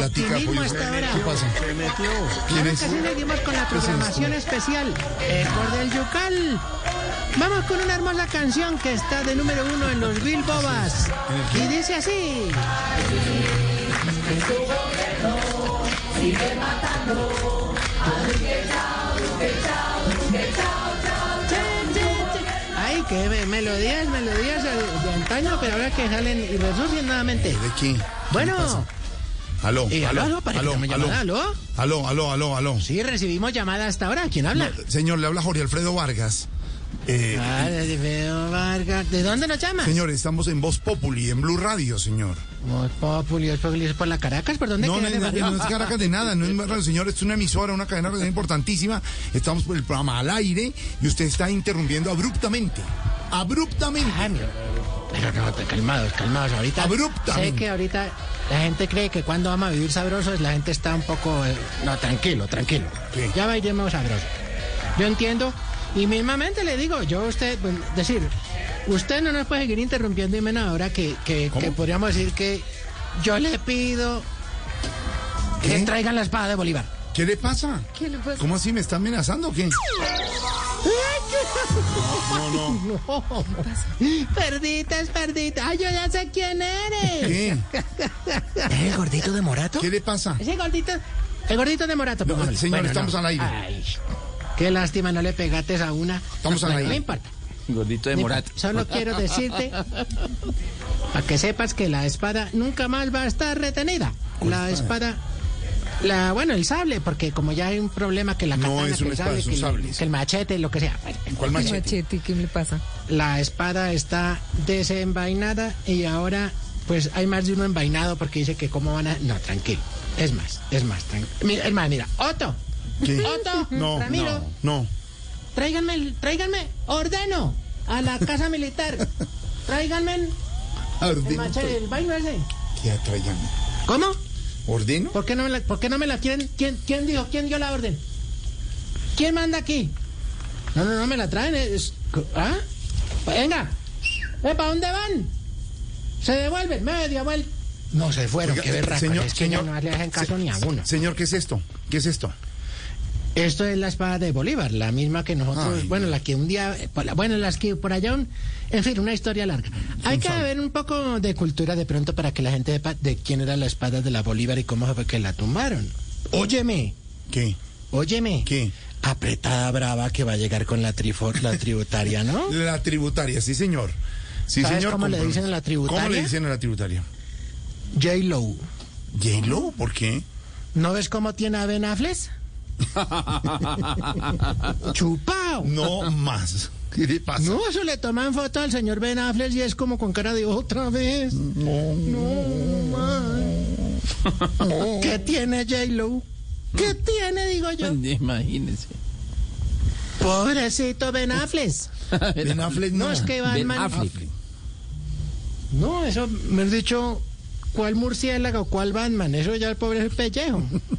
platica, optimismo Pollo. hasta ahora. ¿Qué pasa? Se metió. ¿Quién es? Casi seguimos con la programación especial. Por del Yucal. Vamos con una hermosa canción que está de número 1 en los Billboards. Y dice así. Ay, qué melodías de antaño, pero ahora que salen y resurgen nuevamente. ¿De quién? Bueno. Aló, Aló, parece que me llaman. Aló. Aló. Sí, recibimos llamada hasta ahora. ¿Quién habla? No, señor, le habla Jorge Alfredo Vargas. De Alfredo Vargas. ¿De dónde nos llama? Señor, estamos en Voz Populi, en Blue Radio, señor. Voz Populi, ¿es por la Caracas? ¿Por dónde No, queda? no es Caracas de nada, no es radio, señor, es una emisora, una cadena radio importantísima. Estamos por el programa al aire y usted está interrumpiendo abruptamente. Ah, pero no, calmados. Ahorita Abruptamente. sé que ahorita la gente cree que cuando vamos a vivir sabrosos la gente está un poco... no, tranquilo. ¿Qué? Ya iremos sabrosos. Yo entiendo y mismamente le digo, yo a usted, usted no nos puede seguir interrumpiendo y menos ahora que podríamos decir que yo le pido que traigan la espada de Bolívar. ¿Qué le pasa? ¿Cómo así? ¿Me está amenazando o qué? No. Perditas. Ay, yo ya sé quién eres. ¿Qué? ¿Es el gordito de Morato? ¿Qué le pasa? Ese gordito. El gordito de Morato, No, pongámosle. señor, estamos al aire. Ay, qué lástima, no le pegates a una. Estamos al aire. No importa. Gordito de Morat. Solo quiero decirte, para que sepas que la espada nunca más va a estar retenida. La espada... el sable, porque como ya hay un problema que la katana, No es una espada, es un sable. que el machete, lo que sea. ¿Cuál machete? Machete, ¿qué le pasa? La espada está desenvainada y ahora pues hay más de uno envainado porque dice que cómo van a... No, tranquilo. Es más, mira. Otto. ¿Qué? Otto. No, Ramiro. no. Tráiganme, ordeno a la casa militar. Tráiganme el machete, el vaino ese. ¿Qué traigan? ¿Cómo? ¿Ordeno? ¿Por qué no me la quieren? ¿Quién dio la orden? ¿Quién manda aquí? No me la traen. ¿Ah? Venga. ¿Para dónde van? Se devuelven, media vuelta. No se fueron, qué berraco. Señor, no le hacen caso ni a uno. Señor, ¿qué es esto? Esto es la espada de Bolívar, la misma que nosotros, la que un día, las que por allá, en fin, una historia larga. Hay que haber un poco de cultura de pronto para que la gente sepa de quién era la espada de la Bolívar y cómo fue que la tumbaron. Óyeme. ¿Qué? ¿Qué? Apretada brava que va a llegar con la tributaria, ¿no? La tributaria, sí, señor. Sí, ¿Sabes señor. cómo le dicen a la tributaria? ¿Cómo le dicen a la tributaria? J-Lo. ¿J-Lo? ¿Por qué? ¿No ves cómo tiene a Ben Affleck? ¡Chupao! No más. ¿Qué le pasa? No, eso le toman foto al señor Ben Affleck y es como con cara de otra vez. No. ¿Qué tiene J-Lo? ¿Qué tiene, digo yo? Imagínese. Pobrecito Ben Affleck. Ben Affleck no. No, es que Ben Batman... Affleck. No, eso me has dicho... ¿Cuál murciélago? ¿Cuál Batman? Eso ya el pobre es el pellejo.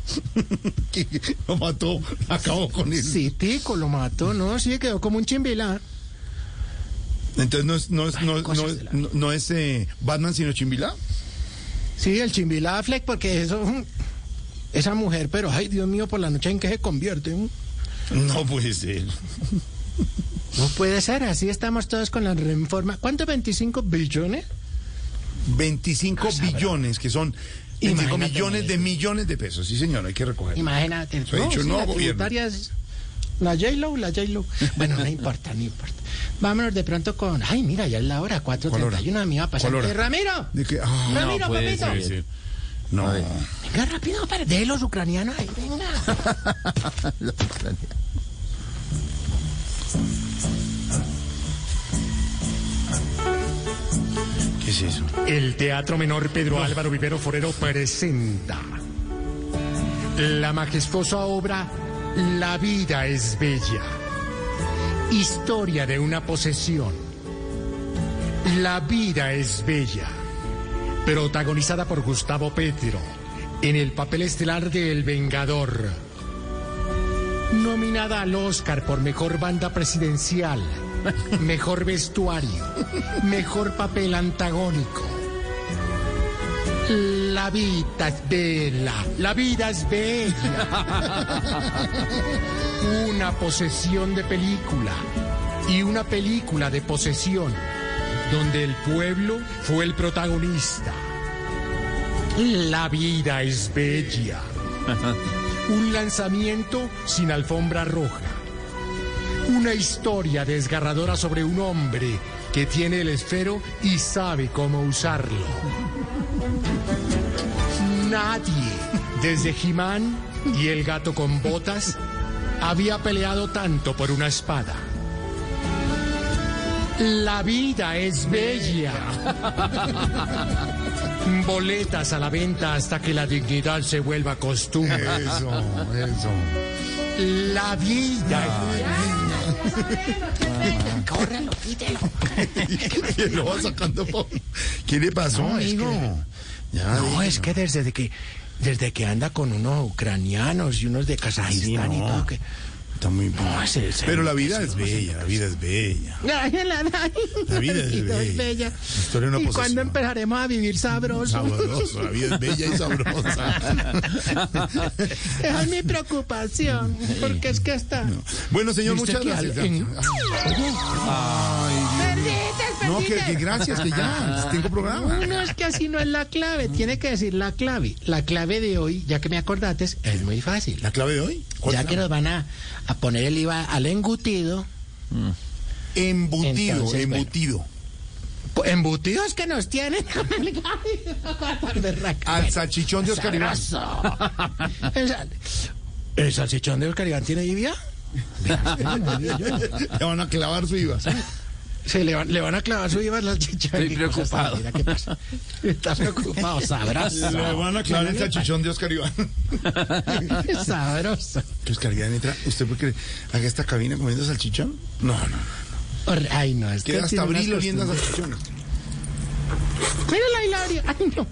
Lo mató, acabó con él. Sí, Tico lo mató, ¿no? Sí, quedó como un chimbilá. Entonces no es Batman sino Chimbilá. Sí, el chimbilá Affleck, porque esa mujer, pero ay, Dios mío, por la noche en que se convierte. No puede ser. No puede ser, así estamos todos con la reforma. ¿Cuánto? ¿25 billones? 25 billones, que son 25 Imagínate millones de pesos. Sí, señor, hay que recoger. Imagínate. Eso ha dicho el nuevo la gobierno. tributaria es la J-Lo. Bueno, no importa. Vámonos de pronto con... Ay, mira, ya es la hora, 4:31. A mí va a pasar. ¿Cuál hora? ¡Ramiro! ¿De qué? ¡Ramiro, no puede papito! ser. No. Venga, rápido, de los ucranianos ahí, venga. ¿Qué es eso? El Teatro Menor Pedro Álvaro Vivero Forero presenta la majestuosa obra La vida es bella. Historia de una posesión. La vida es bella. Protagonizada por Gustavo Petro en el papel estelar de El Vengador. Nominada al Oscar por Mejor Banda Presidencial, Mejor Vestuario, Mejor Papel Antagónico. La vida es bella, la vida es bella. Una posesión de película y una película de posesión, donde el pueblo fue el protagonista. La vida es bella. Un lanzamiento sin alfombra roja. Una historia desgarradora sobre un hombre que tiene el esfero y sabe cómo usarlo. Nadie, desde He-Man y el gato con botas, había peleado tanto por una espada. La vida es bella. Boletas a la venta hasta que la dignidad se vuelva costumbre. Eso. La vida es bella. Córrelo, quítelo. ¿Quién lo va sacando? ¿Qué le pasó, No, amigo? No, es que desde que anda con unos ucranianos y unos de Kazajistán Sí, no. y todo que... Está muy bien. No, Pero la vida es bella, la vida es bella. La vida es bella. Historia de una ¿Y posesión. cuándo empezaremos a vivir sabroso? Sabroso, la vida es bella y sabrosa. Esa es mi preocupación, porque es que está... Bueno, señor, ¿Viste muchas que gracias. No, que gracias, que ya tengo programa. No, es que así no es la clave, tiene que decir la clave. La clave de hoy, ya que me acordaste, es muy fácil. ¿La clave de hoy? ¿Cuál Ya es la que nos van a poner el IVA al embutido. Embutido, Entonces, embutido. Embutidos que nos tienen. Al salchichón de Oscar Iván. ¿El salchichón de Oscar Iván tiene IVA? Le van a clavar su IVA. Le van a clavar su IVA al salchichón. Estoy preocupado. Mira qué pasa. Está preocupado, sabroso. Le van a clavar el salchichón de Oscar Iván. Sabroso. Que Oscar Iván entra. ¿Usted puede creer? ¿Haga esta cabina comiendo salchichón? No. Ay, no, es Queda que hasta tiene unas abril oliendo a costumbres. salchichones. Mírala, Hilario. Ay, no.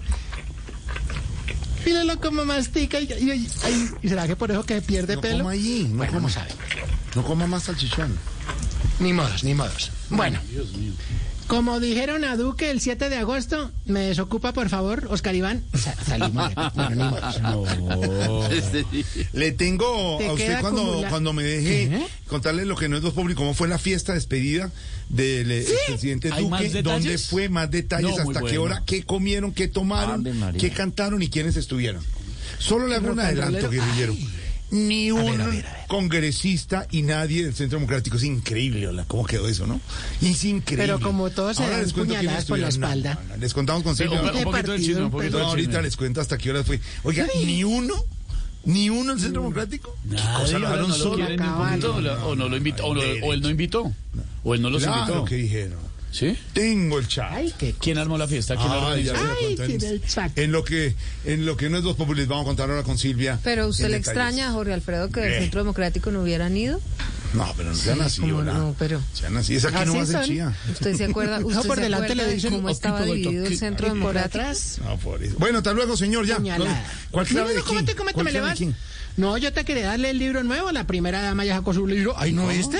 Míralo como mastica. ¿Y será que por eso que pierde No pelo? coma allí. No Bueno, coma. vamos a ver. No coma más salchichón. Ni modos. Bueno, como dijeron a Duque el 7 de agosto, me desocupa, por favor, Oscar Iván. Salimos de... Bueno, ni modos. Le tengo Te a usted queda cuando me deje ¿Qué? contarle lo que no es Voz Populi, cómo fue la fiesta de despedida del presidente ¿Hay más Duque, detalles? dónde fue, más detalles, No, muy hasta qué bueno. hora, qué comieron, qué tomaron, Ave María. qué cantaron y quiénes estuvieron. Solo le hago un Rock and adelanto, rollero. guerrillero. Ni un a ver. congresista y nadie del Centro Democrático. Es increíble, hola, cómo quedó eso, ¿no? Es increíble. Pero como todos se Ahora dan les cuento quiénes puñaladas por la estuvieron. espalda. No, les contamos con Silvia. Un poquito del chisme, un poquito No, del chisme. ahorita les cuento hasta qué hora fue. Oiga, ¿ni uno del Centro Democrático? ¿Qué cosa, lo dejaron no lo solo? quieren ni un poquito, o no lo invitó, o él no invitó, o él no los Claro invitó. que dijeron. ¿Sí? Tengo el chat. Ay, qué... ¿Quién armó la fiesta? ¿Quién la Ay, organizó? ya se lo Ay, conté. tiene el chat. En lo que no es Voz Populi, vamos a contar ahora con Silvia. Pero usted en le detalles. extraña a Jorge Alfredo que del Centro Democrático no hubieran ido. No, pero no sean así, ¿Cómo hola. no? Pero- Sean así. Es aquí no Así más en son. Chía. ¿Usted se acuerda? ¿Usted por se delante acuerda le de dicen, cómo estaba "Oquito, dividido el oquito". Centro Y por Democrático? atrás... No, por eso. Bueno, hasta luego, señor, ya. Puñalada. ¿Cuál clave de quién? ¿Cómo te ¿Cuál me le clave de vas? quién? No, yo te quería darle el libro nuevo. La primera dama ya sacó su libro. Ay, ¿no viste?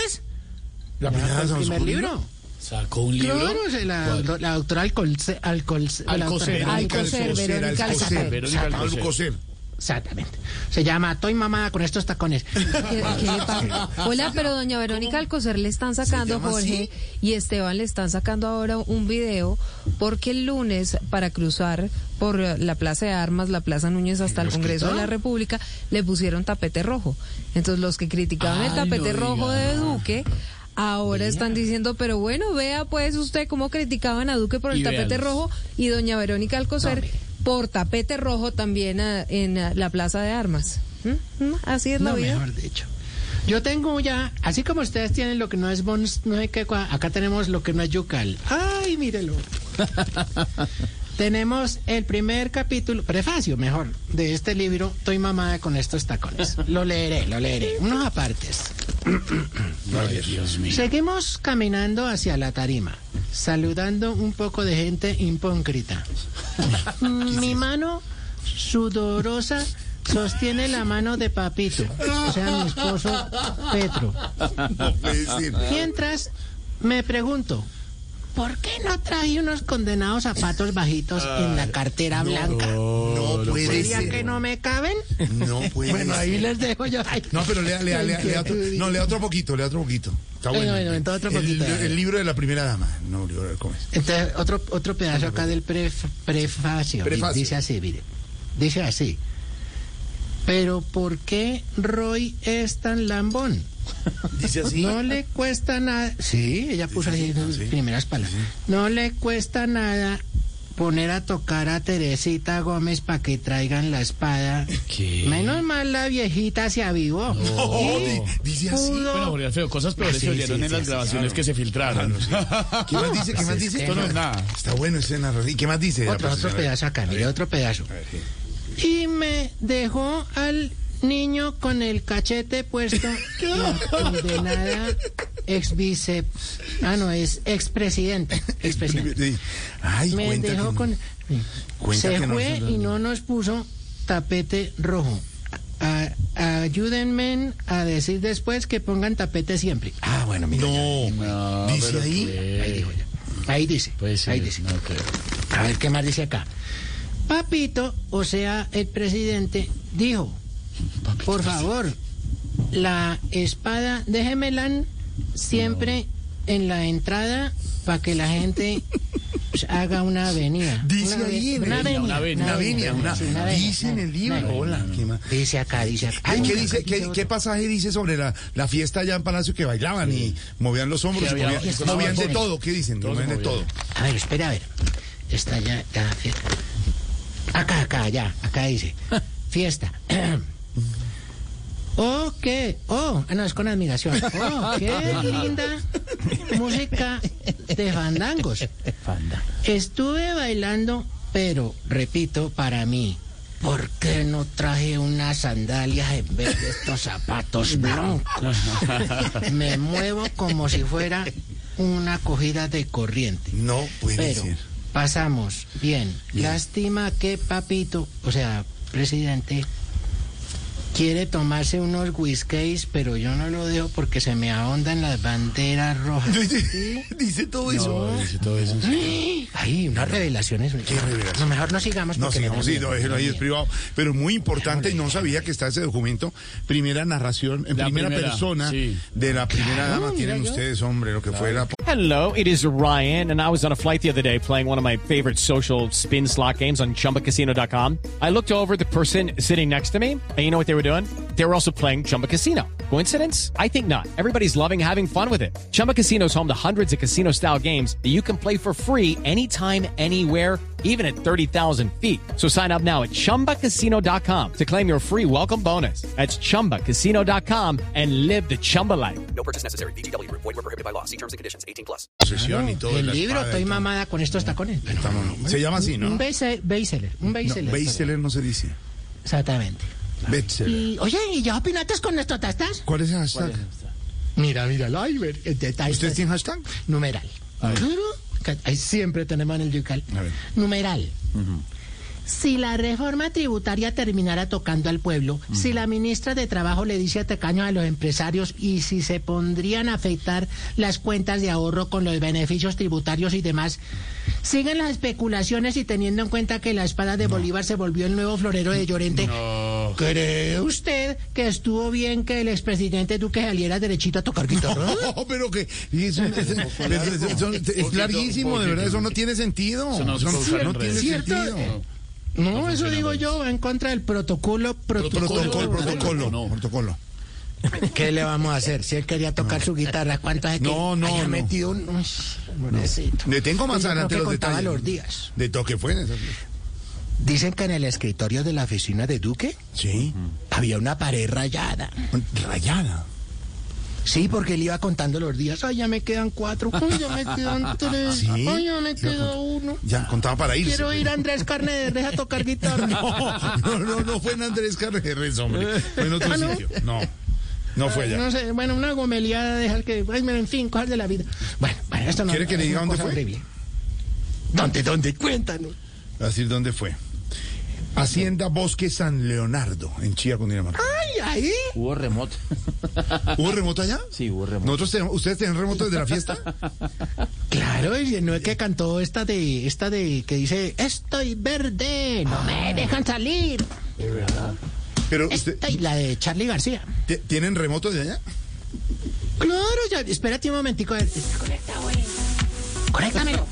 La Ya primera sacó el vez primer libro. ¿Sacó un libro? Claro, la doctora Alcocer. Alcocer. Verónica Alcocer. Verónica Alcocer. Alcocer. Exactamente. Se llama Estoy mamada con estos tacones. ¿Qué le pasa? Hola, pero doña Verónica Alcocer le están sacando, llama Jorge así? y Esteban le están sacando ahora un video porque el lunes para cruzar por la Plaza de Armas, la Plaza Núñez hasta el ¿Los Congreso de quitó? la República le pusieron tapete rojo. Entonces los que criticaban el Ay, tapete no rojo diga. de Duque ahora están diciendo, pero bueno, vea pues usted cómo criticaban a Duque por el Y tapete véalos. rojo y doña Verónica Alcocer No, mire. por tapete rojo también en la Plaza de Armas. Así es la No, vida. mejor dicho. Yo tengo ya, así como ustedes tienen lo que no es bons, no sé qué, acá tenemos lo que no es yucal. Ay, mírelo. Tenemos el primer capítulo, prefacio mejor, de este libro, Estoy mamada con estos tacones. Lo leeré, unos apartes. Ay, Dios mío. Seguimos caminando hacia la tarima, saludando un poco de gente hipócrita. Mi mano sudorosa sostiene la mano de Papito, o sea, mi esposo Petro. No puede ser. Mientras me pregunto, ¿por qué no traje unos condenados zapatos bajitos en la cartera blanca? No puede ¿Sería ser. que no me caben? No puede Bueno, ahí ser. les dejo yo. Ay, No, pero lea otro. No, lea otro poquito. Está bueno. Bueno, entonces otro poquito. El libro de la primera dama. No, libro de ¿cómo es? Entonces, otro pedazo acá del prefacio. Prefacio. Dice así, mire. Dice así. Pero ¿por qué Roy es tan lambón? Dice así. No le cuesta nada. Sí, ella puso así sus primeras palabras. No le cuesta nada poner a tocar a Teresita Gómez para que traigan la espada. ¿Qué? Menos mal la viejita se avivó. No, dice así. Bueno, Jorge Alfredo, cosas peores se oyeron en las grabaciones que se filtraron. ¿Qué más dice? ¿Qué más dice? Esto no es nada. Está bueno ese narrador. ¿Y qué más dice? Otro pedazo acá, mire, otro pedazo. A ver, sí. Y me dejó al niño con el cachete puesto la condenada es expresidente. Sí. Ay, Me cuenta dejó que con... no. Cuenta Se que no fue se lo- y no nos puso tapete rojo. Ayúdenme a decir después que pongan tapete siempre. Ah, bueno, mira. No, dice pero ahí. Ahí dijo ya. Ahí dice. Pues Ahí dice. no creo. A ver qué más dice acá. Papito, o sea, el presidente, dijo, por favor, la espada, déjemela siempre en la entrada para que la gente haga una avenida. Dice ahí en una el- avenida. Dice en el libro. Hola, ¿qué más? Dice acá. Ay, ¿qué dice? ¿Qué pasaje dice sobre la fiesta allá en Palacio que bailaban y movían los hombros? Que había- Movían de todo. ¿Qué dicen? Todos Movían de se todo. movían. A ver, espera, a ver. Está ya. Acá dice. Fiesta. Oh, ¿qué? Oh, no, es con admiración. Oh, qué linda música de fandangos. Estuve bailando, pero, repito, para mí, ¿por qué no traje unas sandalias en vez de estos zapatos blancos? Me muevo como si fuera una cogida de corriente. No puede Pero ser. pasamos bien. Lástima que papito, o sea, presidente, quiere tomarse unos whiskies, pero yo no lo dejo porque se me ahondan las banderas rojas. Dice todo eso. No, dice todo eso. Ay, unas revelaciones. ¿Qué revelación? No, mejor no sigamos. No, porque me sigamos, da sí, miedo, no, déjelo ahí, me es da privado. Pero muy importante, y no sabía que está ese documento. Primera narración, en La primera primera, persona sí. de la primera dama. mira Tienen yo. ustedes, hombre, lo que fuera. Hello, it is Ryan, and I was on a flight the other day playing one of my favorite social spin slot games on ChumbaCasino.com. I looked over at the person sitting next to me, and you know what they were doing? They were also playing Chumba Casino. Coincidence? I think not. Everybody's loving having fun with it. Chumba Casino is home to hundreds of casino-style games that you can play for free anytime, anywhere, even at 30,000 feet. So sign up now at ChumbaCasino.com to claim your free welcome bonus. That's ChumbaCasino.com and live the Chumba life. No purchase necessary. VGW Group. Void were prohibited by law. See terms and conditions. 18+. Posesión y todo. El la libro, espada y estoy todo. mamada con estos tacones. Se llama así, ¿no? Un bestseller. Un No, bestseller. bestseller no se dice. Exactamente. Bestseller. Y, oye, ¿y ya opinaste con nuestro tastas? ¿Cuál es el hashtag? Mira, el Iber. ¿Ustedes tienen hashtag? Numeral. Que ahí siempre tenemos en el yucal. A ver. Numeral. Si la reforma tributaria terminara tocando al pueblo, si la ministra de Trabajo le dice a tacaños a los empresarios y si se pondrían a afectar las cuentas de ahorro con los beneficios tributarios y demás, siguen las especulaciones y teniendo en cuenta que la espada de Bolívar se volvió el nuevo florero de Llorente, ¿cree usted que estuvo bien que el expresidente Duque saliera derechito a tocar guitarra? No, pero que es larguísimo, de verdad, eso no tiene sentido. Eso no se puede usar en no tiene redes. ¿Cierto? sentido. No, eso digo yo, va en contra del protocolo. Protocolo. ¿Qué le vamos a hacer? Si él quería tocar su guitarra, ¿cuántas es que No, haya no. metido un... Uy, pobrecito. Le tengo más Yo creo adelante que los contaba detalles. los días. De todo que fue. Dicen que en el escritorio de la oficina de Duque Sí. había una pared rayada. Rayada. Sí, porque él iba contando los días. Ay, ya me quedan 4. Ay, ya me quedan 3. ¿Sí? Ay, ya me queda 1. Ya contaba para irse. Quiero ir a Andrés Carne de Res a tocar guitarra. No fue en Andrés Carreras, hombre. Fue en otro ¿no? sitio. No fue allá. No sé, bueno, una gomeliada, dejar que... Ay, en fin, cosas de la vida. Bueno, esto no... ¿Quiere que le es diga una dónde cosa fue? horrible. ¿Dónde? Cuéntanos. A decir dónde fue. Hacienda Bosque San Leonardo, en Chía, Cundinamarca. Ay, ahí. Hubo remoto. ¿Hubo remoto allá? Sí, hubo remoto. ¿Ustedes tienen remoto desde la fiesta? Claro. Claro, y no es que cantó esta de que dice, estoy verde, no me dejan salir. Pero Esta y la de Charly García. ¿tienen remoto de allá? Claro, ya, espérate un momentico. Está conectado, güey. Conéctamelo.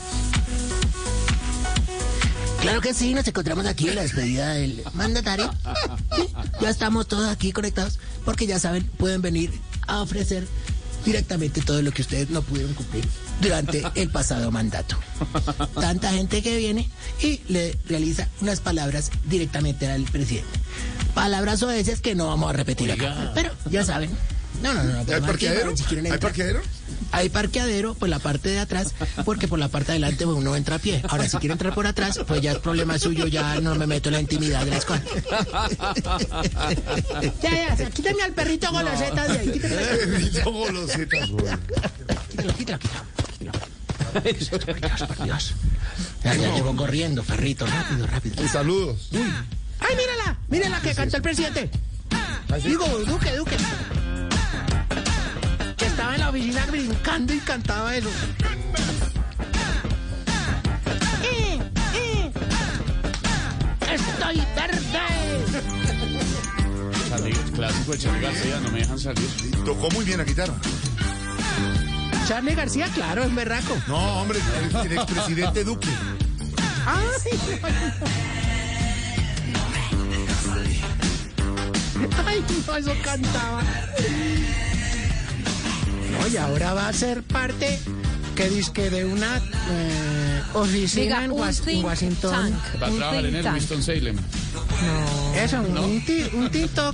Claro que sí, nos encontramos aquí en la despedida del mandatario. Sí, ya estamos todos aquí conectados, porque ya saben, pueden venir a ofrecer directamente todo lo que ustedes no pudieron cumplir durante el pasado mandato. Tanta gente que viene y le realiza unas palabras directamente al presidente. Palabras oeces que no vamos a repetir acá. Pero ya saben. No. ¿Hay parqueadero? Si quieren ¿Hay entrar. parqueadero? Hay parqueadero por la parte de atrás, porque por la parte de adelante pues, uno entra a pie. Ahora, si quiere entrar por atrás, pues ya es problema suyo, ya no me meto en la intimidad de las cosas. Ya, quítame al perrito goloseta de ahí. Perrito goloseta. Quítalo. Por Dios. Ya llegó corriendo, perrito, rápido. Saludos. ¡Ay, mírala que cantó el presidente! Digo, Duque. Que estaba en la oficina brincando y cantaba eso. ¡Estoy verde! Clásico de Charly García, no me dejan salir. Tocó muy bien la guitarra. Charly García, claro, es berraco. No, hombre, el expresidente Duque. ¡Ah, sí! ¡Ay, no, eso cantaba! No, y ahora va a ser parte que dizque de una oficina Diga, en un think Washington. tank. Va a Un trabajar en think el tank. Winston-Salem. Eso, un TikTok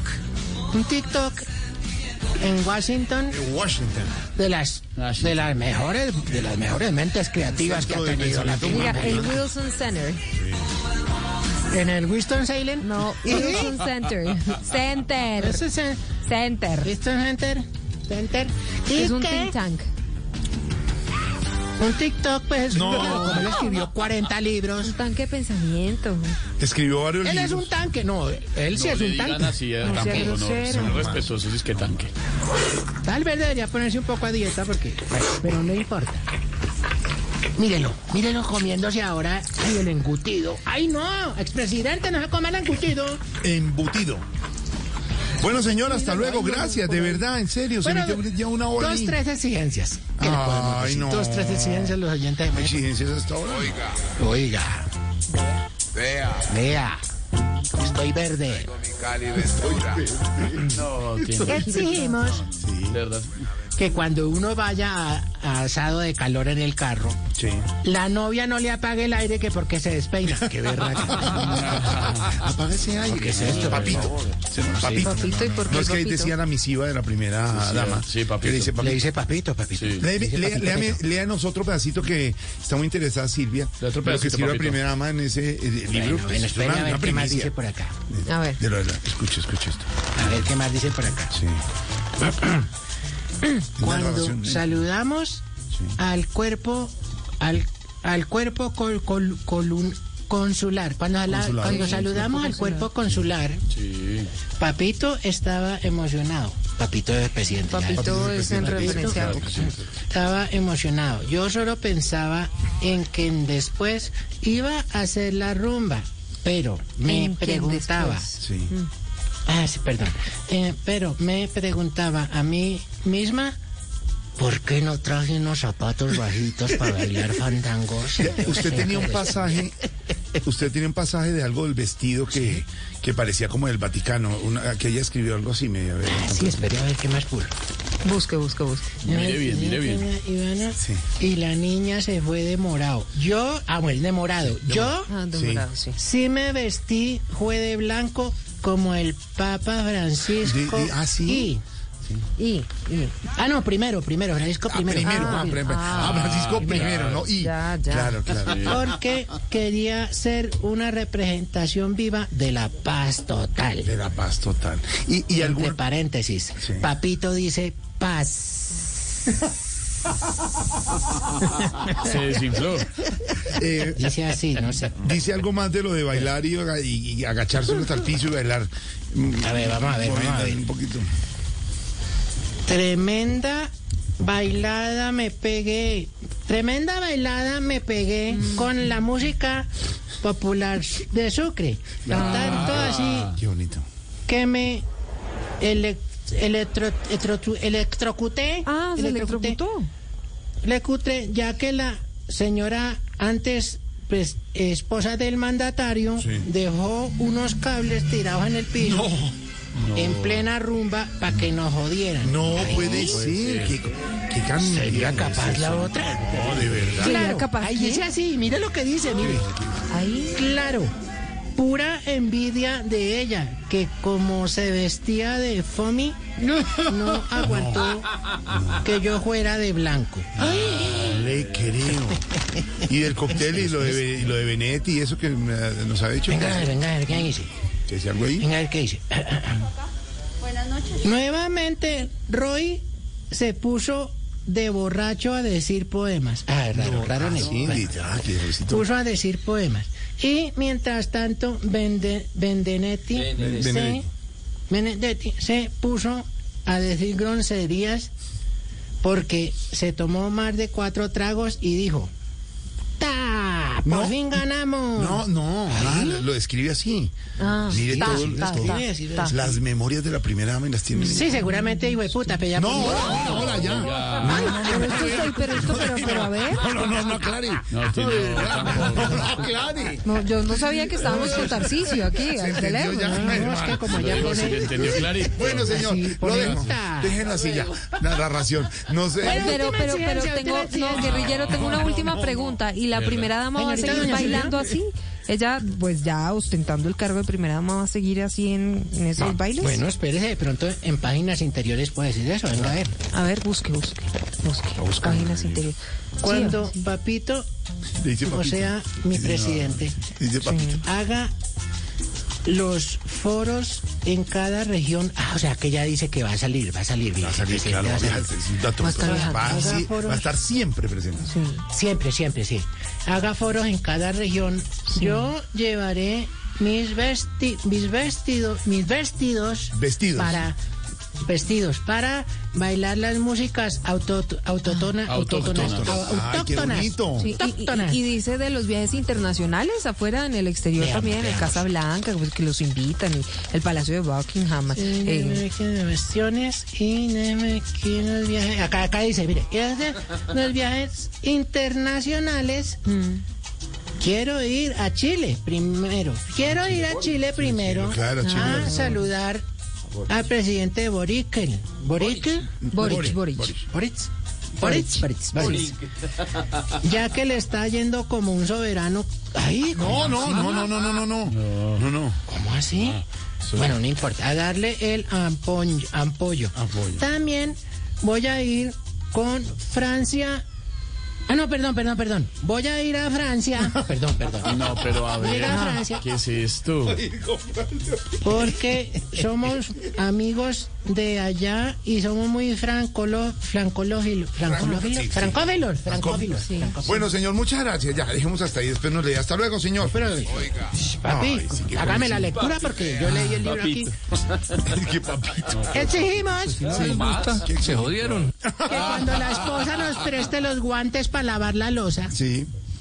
en Washington de las mejores mentes creativas que ha tenido la Diga, tierra. el Wilson Center. En el Winston-Salem. No, Wilson Center. Center. Ese es el Center. Winston Center. ¿Y Es un qué? think tank. Un TikTok, pues, No. como él escribió 40 libros. Un tanque de pensamiento. Escribió varios Él libros. es un tanque, no, él sí No es le un digan tanque. así, No sea tampoco, no. grosero. Son respetuosos, es que tanque. Tal vez debería ponerse un poco a dieta porque, pero no importa. Mírelo comiéndose ahora el embutido. ¡Ay, no! Expresidente, no se coma el embutido. Embutido. Bueno, señor, hasta luego. Gracias, de verdad, en serio. Se Bueno, metió ya una hora. 2-3 exigencias. ¿Qué le podemos Ay, decir? no. 2-3 exigencias los oyentes de Exigencias hasta ahora. Oiga. Vea. Estoy verde. No, tiene. Exigimos De verdad. que cuando uno vaya a asado de calor en el carro, Sí. la novia no le apague el aire que porque se despeina. Qué verdad. Apaga ese aire. ¿Qué es esto? Papito. Papito. Papito, ¿y por qué No es que ahí papito? decía la misiva de la primera dama. sí, papito. Que le dice Le papito. dice papito. Sí. Léanos otro pedacito que está muy interesada Silvia. De otro Lo que pedacito, escribió la papito. primera dama en ese libro. Bueno, Es espera a ver una qué más primicia. dice por acá. A ver. De verdad, escucha esto. A ver qué más dice por acá. Sí. Cuando narración, ¿eh? saludamos al cuerpo, al cuerpo consular. Cuando saludamos al cuerpo consular, Sí. Papito estaba emocionado. Papito es presidente. ya. Papito es en referencia a Estaba emocionado. Yo solo pensaba en que después iba a hacer la rumba, pero me ¿En quién preguntaba. después? Sí. Sí, perdón. Pero me preguntaba a mí misma, ¿por qué no traje unos zapatos bajitos para bailar fandangos? Usted tenía un pasaje. Usted tiene un pasaje de algo del vestido que parecía como del Vaticano. Que ella escribió algo así, medio. A ver, Sí, esperé a ver qué más pulo. Busque. Mire bien. Sí. Y la niña se fue de morado. Yo, de morado. Yo Ah, demorado, sí. sí me vestí, fue de blanco como el Papa Francisco. ¿Sí? No, primero, Francisco primero. Francisco primero, ¿no? Y. Ya. Claro. Porque quería ser una representación viva de la paz total. De la paz total. Y Entre algún. paréntesis, Sí. Papito dice paz. Se desinfló. Dice así, no sé. Dice algo más de lo de bailar y agacharse hasta el piso y bailar. A ver, vamos a ver. Un poquito. Tremenda bailada me pegué. Tremenda bailada me pegué con la música popular de Sucre. Tanto así Qué bonito. que me electrocuté. Ah, se electrocutó. Electrocuté, ya que la señora antes, pues, esposa del mandatario, dejó unos cables tirados en el piso. En plena rumba para que nos jodieran. No puede ser. ¿Qué cambio? ¿Sería capaz la otra? No, de verdad. Claro, capaz ahí qué? dice así, mire lo que dice, mire. Ahí. Claro, pura envidia de ella, que como se vestía de foamy, no aguantó que yo fuera de blanco. Le creo. Y del cóctel y lo de Benetti y eso que nos ha dicho. Venga, a ver, ¿qué dice? ¿Qué dice algo ahí? Venga, a ver qué dice. Buenas noches. Nuevamente, Roy se puso de borracho a decir poemas. Ah, raro, ¿no? Sí, qué besito. Puso a decir poemas. Y mientras tanto, Benedetti se puso a decir groserías porque se tomó más de 4 tragos y dijo: ¡Ta! ¡Por No. fin ganamos! No, lo describe así. Ah, Mire ta, todo, ta, todo. ta. Las memorias de la primera dama y las tiene. Sí, seguramente, hijo de puta, pero ya... Ahora ya. Pero a ver. No aclare. No, tiene- No aclare. No, yo no sabía que estábamos con Tarcisio aquí, al entendió ya, teléfono. No, es que como ya Sí, pone... entendió clarito. Bueno, señor, Así, lo por dejo. esta. Déjenlo así ya. La narración. No sé. Pero exigencia, tengo, última no, guerrillero, tengo una última pregunta. ¿Y la primera dama va a Señorita seguir doña bailando Silvia. así? Ella, pues ya ostentando el cargo de primera dama, va a seguir así en esos bailes. Bueno, espérese, de pronto en páginas interiores puede decir eso, venga a ver. A ver, busque. Páginas interiores. Cuando Sí, Papito, Dice o papito. sea, mi presidente, Dice papito. haga los foros en cada región. Ah, o sea, que ella dice que va a salir. Va a salir, claro. Es un dato. Va a estar viajando. Va a estar siempre presente. sí. Siempre, sí. Haga foros en cada región. Yo llevaré mis vestidos para bailar las músicas autóctonas. Ay, qué bonito. Sí, y dice de los viajes internacionales afuera, en el exterior Veamos, también, en veamos. Casa Blanca, pues, que los invitan, y el Palacio de Buckingham. Cuestiones y los viajes. Acá dice, mire, los viajes internacionales. Quiero ir a Chile primero. Claro, Chile. A saludar al presidente Boric. Ya que le está yendo como un soberano. Ay, No. ¿Cómo así? Bueno, no importa. A darle el apoyo. También voy a ir con Francia. Ah, no, perdón. Voy a ir a Francia. Perdón. No, pero a ver. Llega a Francia. ¿Qué es esto? Porque somos amigos de allá y somos muy francófilos. Sí. Bueno, señor, muchas gracias. Ya, dejemos hasta ahí. Después nos lee. Hasta luego, señor. Oiga. Papi, Ay, sí, qué hágame la buenísimo. lectura porque yo leí el libro aquí. Qué papito. Exigimos Se jodieron. que cuando la esposa nos preste los guantes para lavar la loza, Sí.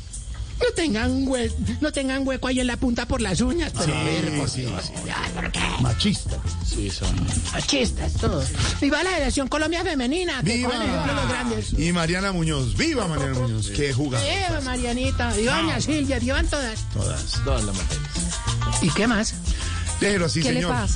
no tengan hueco ahí en la punta por las uñas. Pero a ver, por sí. Dios. Ay, ¿por qué? Machista. Sí, son. Machistas, todos. Viva la Federación Colombia Femenina, que ¡Viva! cogen ejemplo los grandes. Y Mariana Muñoz. ¡Viva Mariana Muñoz! ¡Qué jugador! Viva Marianita, viva doña Silvia, vivan todas. Todas. Todas las materias. ¿Y qué más? Déjelo así, ¿Qué le señor. pasa?